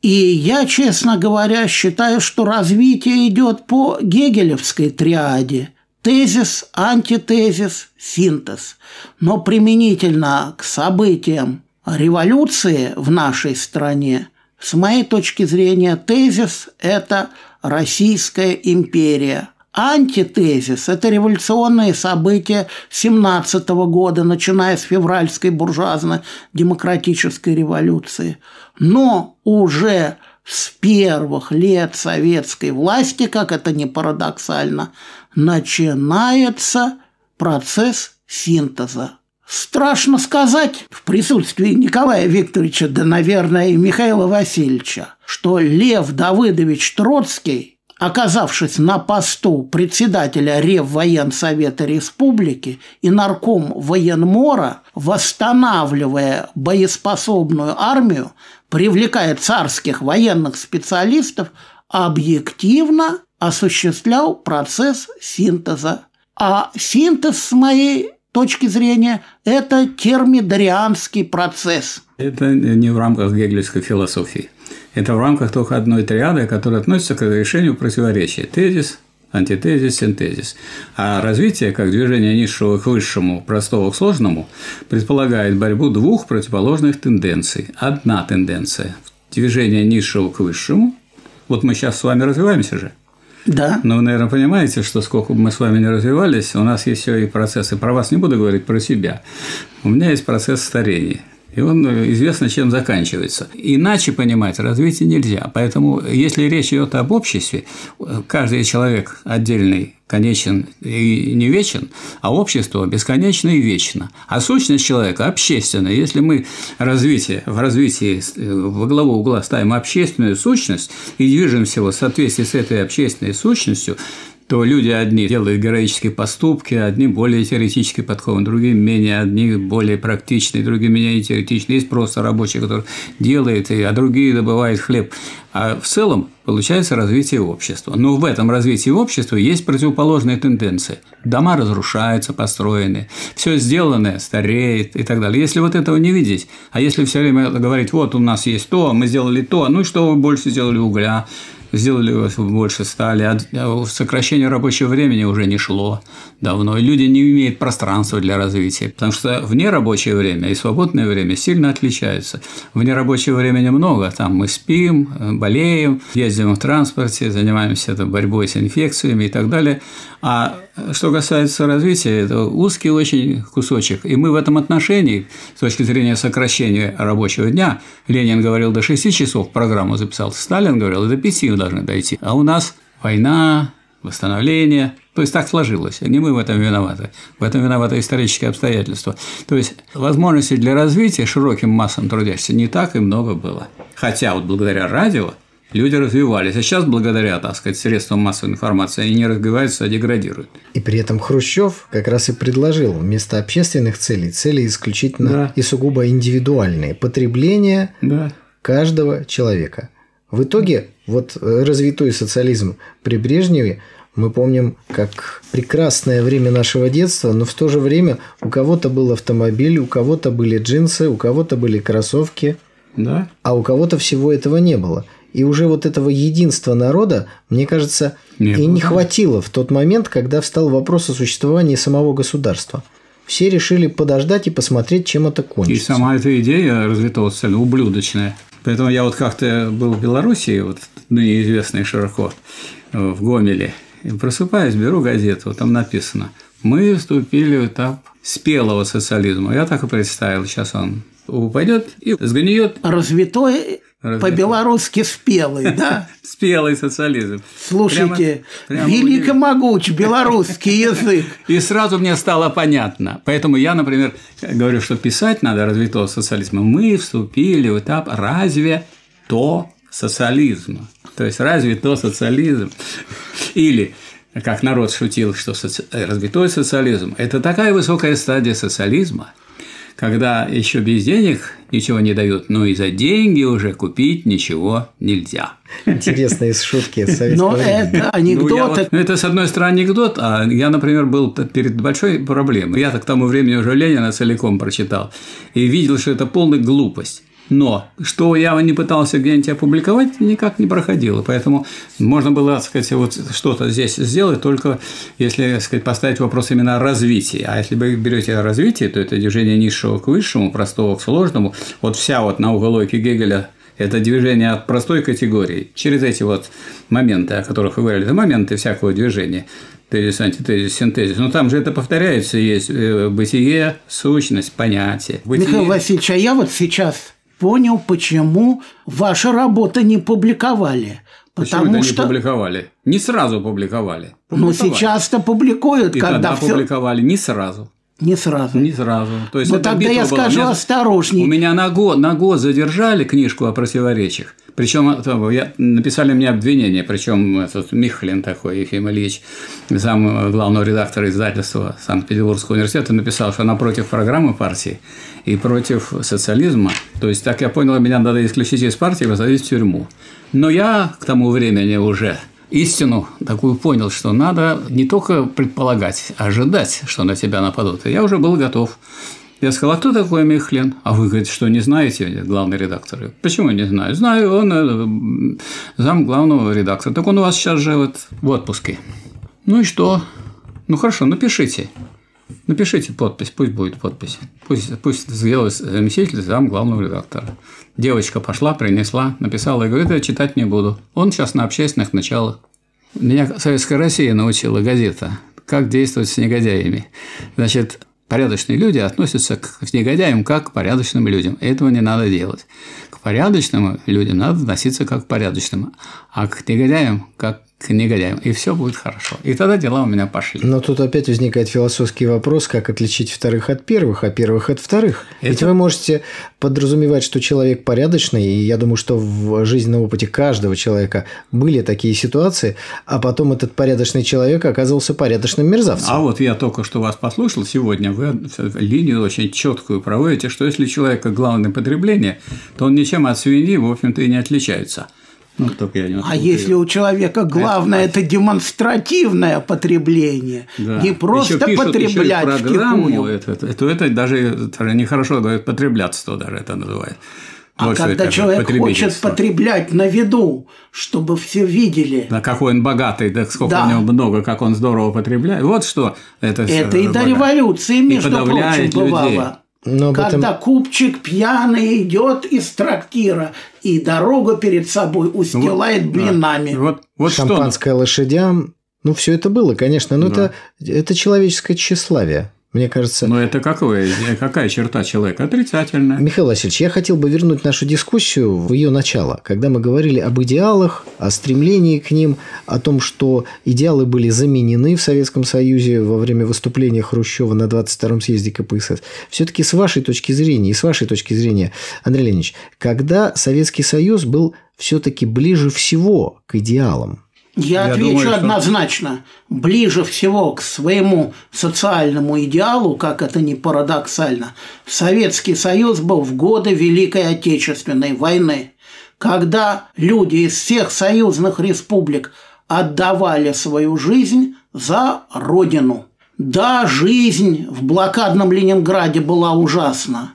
И я, честно говоря, считаю, что развитие идет по гегелевской триаде: тезис, антитезис, синтез. Но применительно к событиям революции в нашей стране, с моей точки зрения, тезис – это Российская империя. Антитезис – это революционные события 17 года, начиная с февральской буржуазно-демократической революции. Но уже с первых лет советской власти, как это ни парадоксально, начинается процесс синтеза. Страшно сказать в присутствии Николая Викторовича, да, наверное, и Михаила Васильевича, что Лев Давыдович Троцкий, оказавшись на посту председателя Реввоенсовета Республики и нарком военмора, восстанавливая боеспособную армию, привлекая царских военных специалистов, объективно осуществлял процесс синтеза. А синтез, с моей точки зрения, это термидорианский процесс. Это не в рамках гегелевской философии. Это в рамках только одной триады, которая относится к решению противоречия: тезис, антитезис, синтезис. А развитие, как движение низшего к высшему, простого к сложному, предполагает борьбу двух противоположных тенденций. Одна тенденция – движение низшего к высшему. Вот мы сейчас с вами развиваемся же. Да. Но вы, наверное, понимаете, что сколько бы мы с вами не развивались, у нас есть еще и процессы. Про вас не буду говорить, про себя. У меня есть процесс старения. И он известно, чем заканчивается. Иначе понимать развитие нельзя. Поэтому, если речь идет об обществе, каждый человек отдельный, конечен и не вечен, а общество бесконечно и вечно. А сущность человека общественная. Если мы в развитии во главу угла ставим общественную сущность и движемся в соответствии с этой общественной сущностью, то люди одни делают героические поступки, одни более теоретически подкованы, другие менее, одни более практичные, другие менее теоретичные. Есть просто рабочие, которые делают, а другие добывают хлеб. А в целом получается развитие общества. Но в этом развитии общества есть противоположные тенденции. Дома разрушаются, построенные, все сделанное стареет и так далее. Если вот этого не видеть, а если все время говорить: вот у нас есть то, мы сделали то, ну и что вы больше сделали угля, сделали больше стали, а сокращение рабочего времени уже не шло давно, и люди не имеют пространства для развития, потому что внерабочее время и свободное время сильно отличаются. Внерабочего времени много, там мы спим, болеем, ездим в транспорте, занимаемся борьбой с инфекциями и так далее. А что касается развития, это узкий очень кусочек. И мы в этом отношении, с точки зрения сокращения рабочего дня, Ленин говорил до 6 часов, программу записал, Сталин говорил, до 5 вы должны дойти. А у нас война, восстановление. То есть так сложилось. Не мы в этом виноваты. В этом виноваты исторические обстоятельства. То есть возможностей для развития широким массам трудящихся не так и много было. Хотя вот благодаря радио люди развивались. А сейчас благодаря, так сказать, средствам массовой информации они не развиваются, а деградируют. И при этом Хрущев как раз и предложил вместо общественных целей цели исключительно и сугубо индивидуальные. Потребление каждого человека. В итоге вот развитой социализм при Брежневе мы помним как прекрасное время нашего детства, но в то же время у кого-то был автомобиль, у кого-то были джинсы, у кого-то были кроссовки, а у кого-то всего этого не было. И уже вот этого единства народа, мне кажется, не хватило в тот момент, когда встал вопрос о существовании самого государства. Все решили подождать и посмотреть, чем это кончится. И сама эта идея развитого социального ублюдочная. Поэтому я вот как-то был в Белоруссии, вот ныне известной широко, в Гомеле, и просыпаюсь, беру газету, там написано: мы вступили в этап спелого социализма. Я так и представил, сейчас он упадет и сгниет. Развитой. По-белорусски спелый, да? Спелый социализм. Слушайте, великомогуч белорусский язык. И сразу мне стало понятно. Поэтому я, например, говорю, что писать надо развитого социализма. Мы вступили в этап разве то социализма. То есть разве то социализм. Или, как народ шутил, что развитой социализм – это такая высокая стадия социализма, когда еще без денег ничего не дают, но и за деньги уже купить ничего нельзя. Интересные шутки советского времени. Но это анекдот. Это, с одной стороны, анекдот, а я, например, был перед большой проблемой. Я-то к тому времени уже Ленина целиком прочитал и видел, что это полная глупость. Но что я не пытался где-нибудь опубликовать, никак не проходило. Поэтому можно было, так сказать, вот что-то здесь сделать, только если, так сказать, поставить вопрос именно о развитии. А если вы берете развитие, то это движение низшего к высшему, простого к сложному. Вот вся вот наука логики Гегеля – это движение от простой категории через эти вот моменты, о которых вы говорили, это моменты всякого движения. Тезис, антитезис, синтезис. Но там же это повторяется, есть бытие, сущность, понятие. Бытие... Михаил Васильевич, а я вот сейчас понял, почему ваши работы не публиковали. Почему это не публиковали? Не сразу публиковали. Но сейчас-то публикуют, и когда все... публиковали не сразу. Не сразу. Не сразу. То есть, но тогда я скажу осторожней. У меня на год задержали книжку о противоречиях. Причем написали мне обвинение, причем этот Михлин такой, Ефим Ильич, зам главного редактора издательства Санкт-Петербургского университета, написал, что она против программы партии и против социализма. То есть, так я понял, меня надо исключить из партии и посадить в тюрьму. Но я к тому времени уже истину такую понял, что надо не только предполагать, а ожидать, что на тебя нападут. И я уже был готов. Я сказал, а кто такой Михлин? А вы, говорите, что не знаете, главный редактор? Почему не знаю? Знаю, он зам главного редактора. Так он у вас сейчас живет в отпуске. Ну и что? Ну хорошо, напишите. Напишите подпись, пусть будет подпись. Пусть сделает заместитель зам главного редактора. Девочка пошла, принесла, написала и говорит, я читать не буду. Он сейчас на общественных началах. Меня Советская Россия научила, газета, как действовать с негодяями. Значит, порядочные люди относятся к негодяям как к порядочным людям. Этого не надо делать. К порядочным людям надо относиться как к порядочным, а к негодяям как к негодяям. И все будет хорошо. И тогда дела у меня пошли. Но тут опять возникает философский вопрос, как отличить вторых от первых, а первых от вторых. Ведь вы можете подразумевать, что человек порядочный, и я думаю, что в жизненном опыте каждого человека были такие ситуации, а потом этот порядочный человек оказывался порядочным мерзавцем. А вот я только что вас послушал сегодня, вы линию очень четкую проводите, что если у человека главное потребление, то он ничем от свиньи, в общем-то, и не отличается. Ну, а если у человека главное это демонстративное потребление, да. Не просто потреблять втихую. Это даже нехорошо говорить, потреблятство даже это называют. А вот когда человек хочет потреблять на виду, чтобы все видели. Да какой он богатый, да сколько у него много, как он здорово потребляет. Вот что это и до революции, между прочим, бывало. Когда купчик пьяный идет из трактира и дорогу перед собой устилает блинами. Вот шампанское лошадям. Ну, все это было, конечно, но это человеческое тщеславие. Мне кажется… Но это какая черта человека? Отрицательная. Михаил Васильевич, я хотел бы вернуть нашу дискуссию в ее начало, когда мы говорили об идеалах, о стремлении к ним, о том, что идеалы были заменены в Советском Союзе во время выступления Хрущева на 22-м съезде КПСС. Все-таки с вашей точки зрения, Андрей Леонидович, когда Советский Союз был все-таки ближе всего к идеалам? Я отвечу однозначно. Ближе всего к своему социальному идеалу, как это ни парадоксально, Советский Союз был в годы Великой Отечественной войны, когда люди из всех союзных республик отдавали свою жизнь за Родину. Да, жизнь в блокадном Ленинграде была ужасна.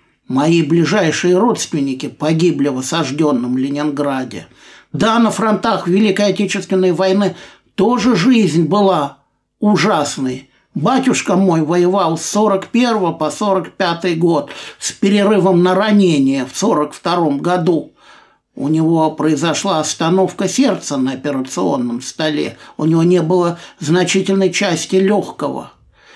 Мои ближайшие родственники погибли в осажденном Ленинграде. Да, на фронтах Великой Отечественной войны тоже жизнь была ужасной. Батюшка мой воевал с 41 по 45 год с перерывом на ранение в 42 году. У него произошла остановка сердца на операционном столе. У него не было значительной части легкого.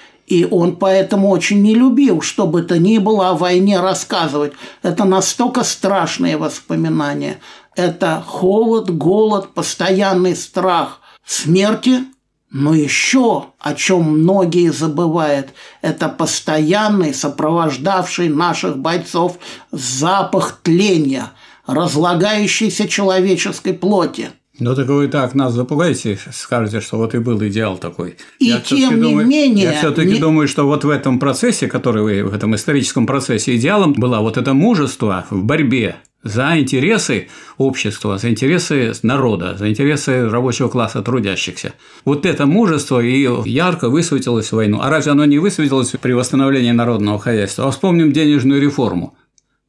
И он поэтому очень не любил, что бы то ни было о войне рассказывать. Это настолько страшные воспоминания. Это холод, голод, постоянный страх смерти. Но еще, о чем многие забывают, это постоянный, сопровождавший наших бойцов запах тления, разлагающейся человеческой плоти. Ну, так вы так нас запугаете, скажете, что вот и был идеал такой. И тем не менее… Я все-таки думаю, что вот в этом процессе, в этом историческом процессе идеалом было вот это мужество в борьбе за интересы общества, за интересы народа, за интересы рабочего класса трудящихся. Вот это мужество и ярко высветилось в войну. А разве оно не высветилось при восстановлении народного хозяйства? А вспомним денежную реформу.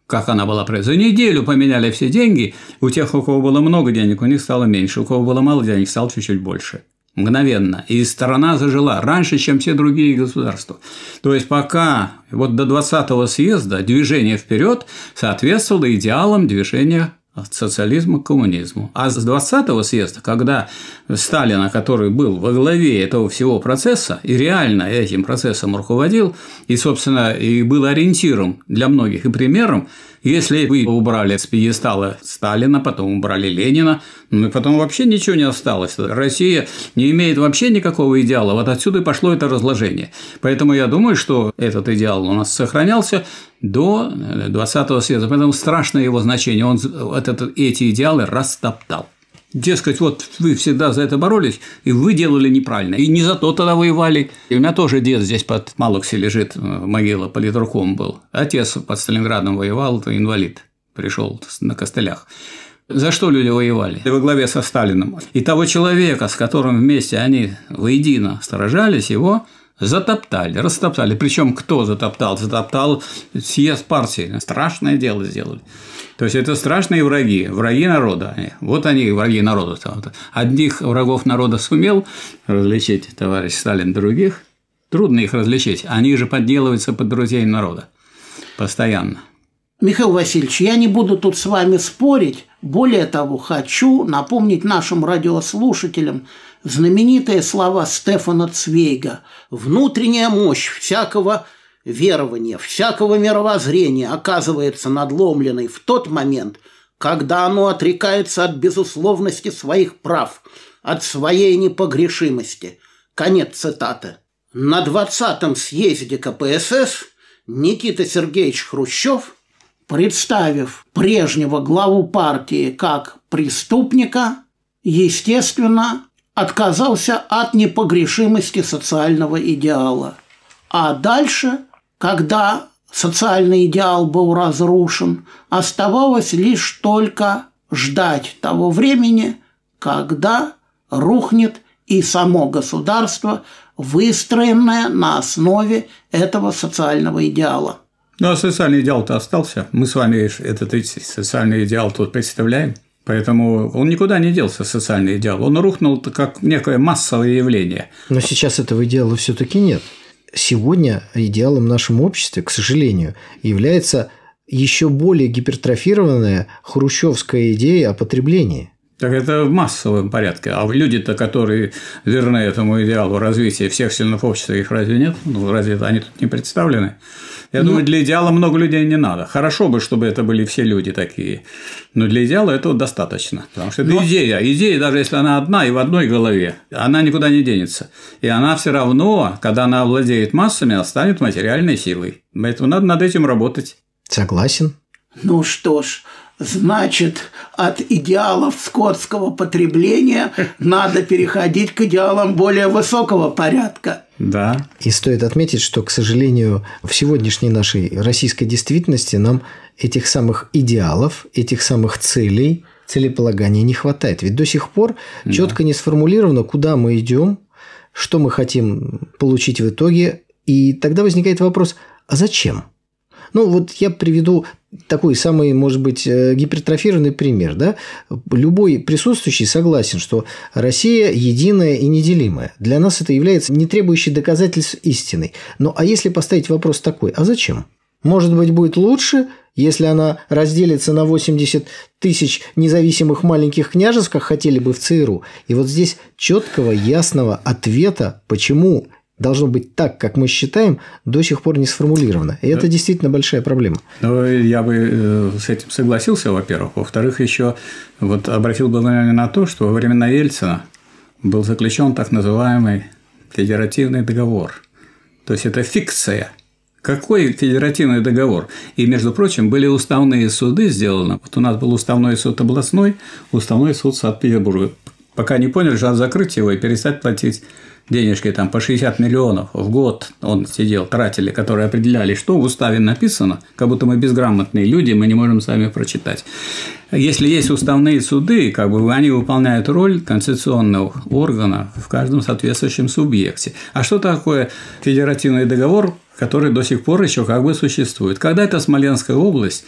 Как она была за неделю поменяли все деньги. У тех, у кого было много денег, у них стало меньше. У кого было мало денег, стало чуть-чуть больше. Мгновенно. И страна зажила раньше, чем все другие государства. То есть, пока вот до 20-го съезда движение вперед соответствовало идеалам движения от социализма к коммунизму. А с 20-го съезда, когда Сталина, который был во главе этого всего процесса и реально этим процессом руководил, и, собственно, и был ориентиром для многих и примером, если вы убрали с пьедестала Сталина, потом убрали Ленина, ну и потом вообще ничего не осталось. Россия не имеет вообще никакого идеала. Вот отсюда и пошло это разложение. Поэтому я думаю, что этот идеал у нас сохранялся до 20-го съезда. Поэтому страшное его значение. Он эти идеалы растоптал. Дескать, вот вы всегда за это боролись, и вы делали неправильно. И не за то тогда воевали. И у меня тоже дед здесь под Малокси лежит, могила, политруком был. Отец под Сталинградом воевал, это инвалид, пришел на костылях. За что люди воевали? Во главе со Сталиным. И того человека, с которым вместе они воедино сражались, его затоптали, растоптали. Причем кто затоптал? Затоптал съезд партии. Страшное дело сделали. То есть, это страшные враги, враги народа. Вот они, враги народа. Одних врагов народа сумел различить товарищ Сталин, других трудно их различить. Они же подделываются под друзей народа постоянно. Михаил Васильевич, я не буду тут с вами спорить. Более того, хочу напомнить нашим радиослушателям знаменитые слова Стефана Цвейга: «Внутренняя мощь всякого верования, всякого мировоззрения оказывается надломленной в тот момент, когда оно отрекается от безусловности своих прав, от своей непогрешимости». Конец цитаты. На 20-м съезде КПСС Никита Сергеевич Хрущев, представив прежнего главу партии как преступника, естественно, отказался от непогрешимости социального идеала. А дальше, когда социальный идеал был разрушен, оставалось лишь только ждать того времени, когда рухнет и само государство, выстроенное на основе этого социального идеала. Ну, а социальный идеал-то остался. Мы с вами этот социальный идеал тут представляем. Поэтому он никуда не делся, социальный идеал. Он рухнул как некое массовое явление. Но сейчас этого идеала все-таки нет. Сегодня идеалом в нашем обществе, к сожалению, является еще более гипертрофированная хрущевская идея о потреблении. Так это в массовом порядке. А люди-то, которые верны этому идеалу развития всех членов общества, их разве нет? Ну, разве они тут не представлены? Я думаю, для идеала много людей не надо. Хорошо бы, чтобы это были все люди такие. Но для идеала этого достаточно. Потому что это идея. Идея, даже если она одна и в одной голове, она никуда не денется. И она все равно, когда она овладеет массами, станет материальной силой. Поэтому надо над этим работать. Согласен. Ну что ж, значит, от идеалов скотского потребления надо переходить к идеалам более высокого порядка. Да. И стоит отметить, что, к сожалению, в сегодняшней нашей российской действительности нам этих самых идеалов, этих самых целей, целеполагания не хватает. Ведь до сих пор четко не сформулировано, куда мы идем, что мы хотим получить в итоге. И тогда возникает вопрос: а зачем? Ну, вот я приведу такой самый, может быть, гипертрофированный пример. Да? Любой присутствующий согласен, что Россия единая и неделимая. Для нас это является не требующей доказательств истиной. Ну, а если поставить вопрос такой: а зачем? Может быть, будет лучше, если она разделится на 80 тысяч независимых маленьких княжеств, как хотели бы в ЦРУ. И вот здесь четкого, ясного ответа, почему должно быть так, как мы считаем, до сих пор не сформулировано. И это действительно большая проблема. Ну, я бы с этим согласился, во-первых. Во-вторых, еще вот обратил бы внимание на то, что во времена Ельцина был заключен так называемый федеративный договор. То есть, это фикция. Какой федеративный договор? И, между прочим, были уставные суды сделаны. Вот у нас был уставной суд областной, уставной суд Санкт-Петербурга. Пока не поняли, что надо закрыть его и перестать платить денежки там по 60 миллионов в год он сидел, тратили, которые определяли, что в уставе написано, как будто мы безграмотные люди, мы не можем сами прочитать. Если есть уставные суды, как бы они выполняют роль конституционного органа в каждом соответствующем субъекте. А что такое федеративный договор, который до сих пор еще как бы существует? Когда-то Смоленская область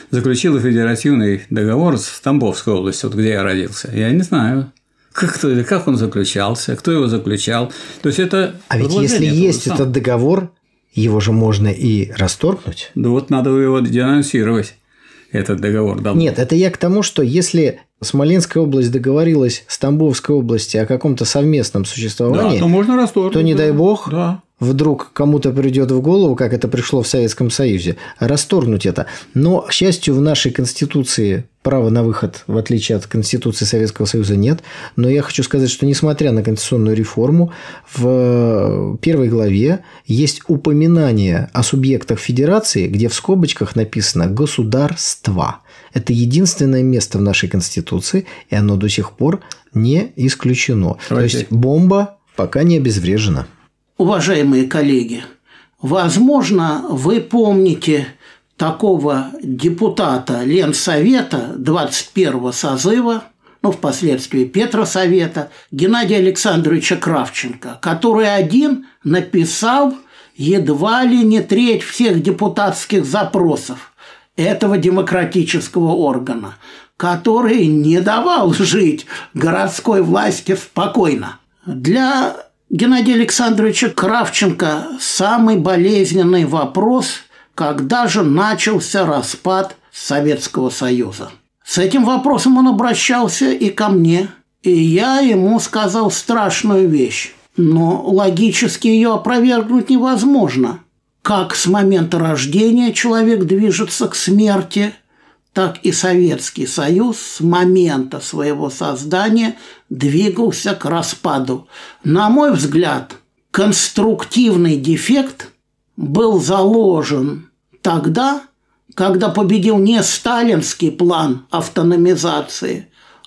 заключила федеративный договор с Тамбовской областью, вот где я родился? Я не знаю. Как он заключался, кто его заключал. То есть это. А ведь если есть этот договор, его же можно и расторгнуть. Да вот надо его денонсировать, этот договор. Да. Нет, это я к тому, что если Смоленская область договорилась с Тамбовской областью о каком-то совместном существовании, да, то можно расторгнуть. То не дай бог, да. Вдруг кому-то придет в голову, как это пришло в Советском Союзе, расторгнуть это. Но, к счастью, в нашей Конституции права на выход, в отличие от Конституции Советского Союза, нет. Но я хочу сказать, что, несмотря на конституционную реформу, в первой главе есть упоминание о субъектах федерации, где в скобочках написано «государства». Это единственное место в нашей Конституции, и оно до сих пор не исключено. То есть бомба пока не обезврежена. Уважаемые коллеги, возможно, вы помните такого депутата Ленсовета 21-го созыва, впоследствии Петросовета, Геннадия Александровича Кравченко, который один написал едва ли не треть всех депутатских запросов этого демократического органа, который не давал жить городской власти спокойно. Для Геннадия Александровича Кравченко самый болезненный вопрос, когда же начался распад Советского Союза. С этим вопросом он обращался и ко мне, и я ему сказал страшную вещь, но логически ее опровергнуть невозможно. Как с момента рождения человек движется к смерти, так и Советский Союз с момента своего создания двигался к распаду. На мой взгляд, конструктивный дефект был заложен тогда, когда победил не сталинский план автономизации,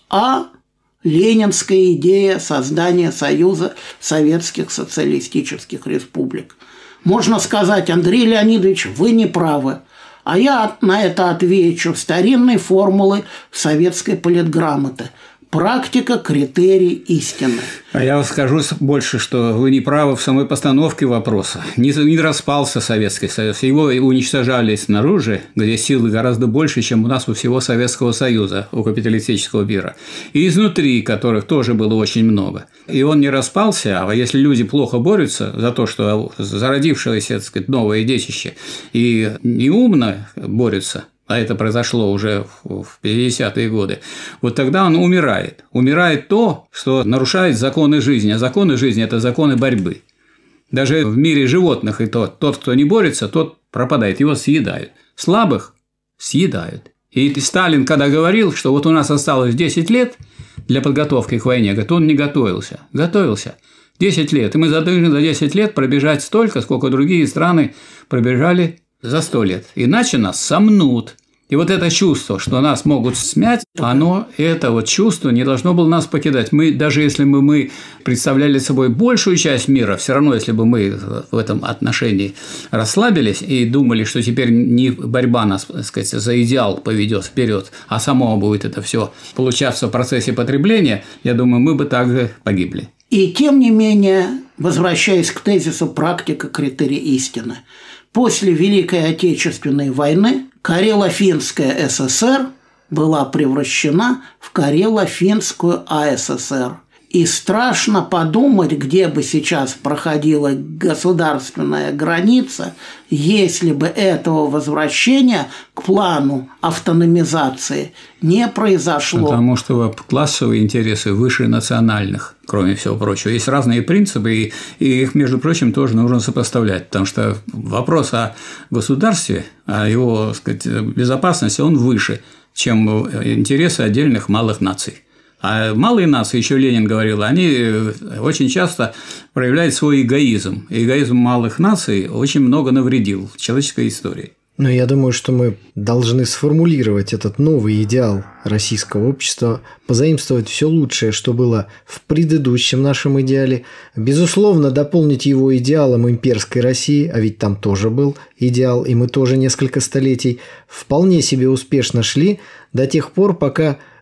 а ленинская идея создания Союза Советских Социалистических Республик. Можно сказать: Андрей Леонидович, вы не правы. А я на это отвечу старинной формулой советской политграмоты. Практика, критерий, истины. А я скажу больше, что вы не правы в самой постановке вопроса. Не распался Советский Союз. Его уничтожали снаружи, где силы гораздо больше, чем у нас у всего Советского Союза, у капиталистического мира. И изнутри, которых тоже было очень много. И он не распался, а если люди плохо борются за то, что зародившееся, так сказать, новое детище, и неумно борются, а это произошло уже в 50-е годы, вот тогда он умирает. Умирает то, что нарушает законы жизни, а законы жизни – это законы борьбы. Даже в мире животных и тот, кто не борется, тот пропадает, его съедают. Слабых съедают. И Сталин, когда говорил, что вот у нас осталось 10 лет для подготовки к войне, говорит, он не готовился. Готовился. 10 лет. И мы должны за 10 лет пробежать столько, сколько другие страны пробежали за 100 лет. Иначе нас сомнут. И вот это чувство, что нас могут смять, это вот чувство не должно было нас покидать. Мы, даже если бы мы представляли собой большую часть мира, все равно, если бы мы в этом отношении расслабились и думали, что теперь не борьба нас, так сказать, за идеал поведет вперед, а само будет это все получаться в процессе потребления, я думаю, мы бы также погибли. И тем не менее, возвращаясь к тезису «практика, критерий истины», после Великой Отечественной войны Карело-Финская ССР была превращена в Карело-Финскую АССР. И страшно подумать, где бы сейчас проходила государственная граница, если бы этого возвращения к плану автономизации не произошло. Потому что классовые интересы выше национальных, кроме всего прочего. Есть разные принципы, и их, между прочим, тоже нужно сопоставлять. Потому что вопрос о государстве, о его, так сказать, безопасности, он выше, чем интересы отдельных малых наций. А малые нации, еще Ленин говорил, они очень часто проявляют свой эгоизм. И эгоизм малых наций очень много навредил человеческой истории. Но я думаю, что мы должны сформулировать этот новый идеал российского общества, позаимствовать все лучшее, что было в предыдущем нашем идеале, безусловно, дополнить его идеалом имперской России, а ведь там тоже был идеал, и мы тоже несколько столетий вполне себе успешно шли до тех пор, пока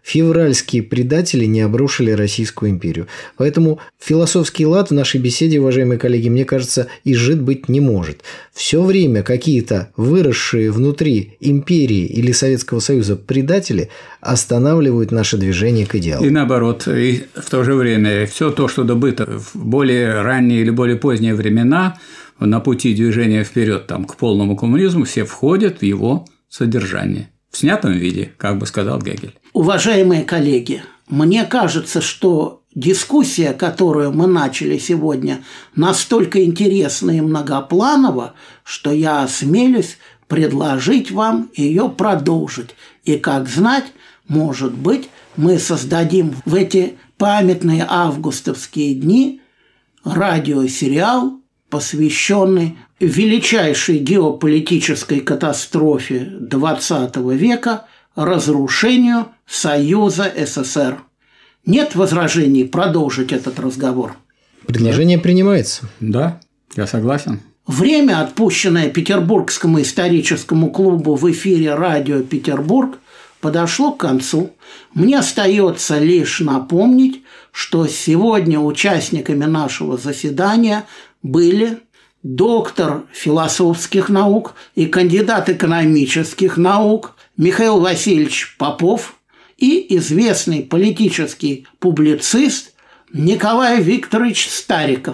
февральские предатели не обрушили Российскую империю. Поэтому философский лад в нашей беседе, уважаемые коллеги, мне кажется, изжит быть не может. Все время какие-то выросшие внутри империи или Советского Союза предатели останавливают наше движение к идеалу. И наоборот, и в то же время все то, что добыто в более ранние или более поздние времена на пути движения вперед к полному коммунизму, все входят в его содержание. В снятом виде, как бы сказал Гегель. Уважаемые коллеги, мне кажется, что дискуссия, которую мы начали сегодня, настолько интересна и многопланова, что я осмелюсь предложить вам ее продолжить. И, как знать, может быть, мы создадим в эти памятные августовские дни радиосериал, посвященный величайшей геополитической катастрофе XX века – разрушению Союза СССР. Нет возражений продолжить этот разговор? Предложение принимается. Да, я согласен. Время, отпущенное Петербургскому историческому клубу в эфире «Радио Петербург», подошло к концу. Мне остается лишь напомнить, что сегодня участниками нашего заседания были доктор философских наук и кандидат экономических наук Михаил Васильевич Попов и известный политический публицист Николай Викторович Стариков.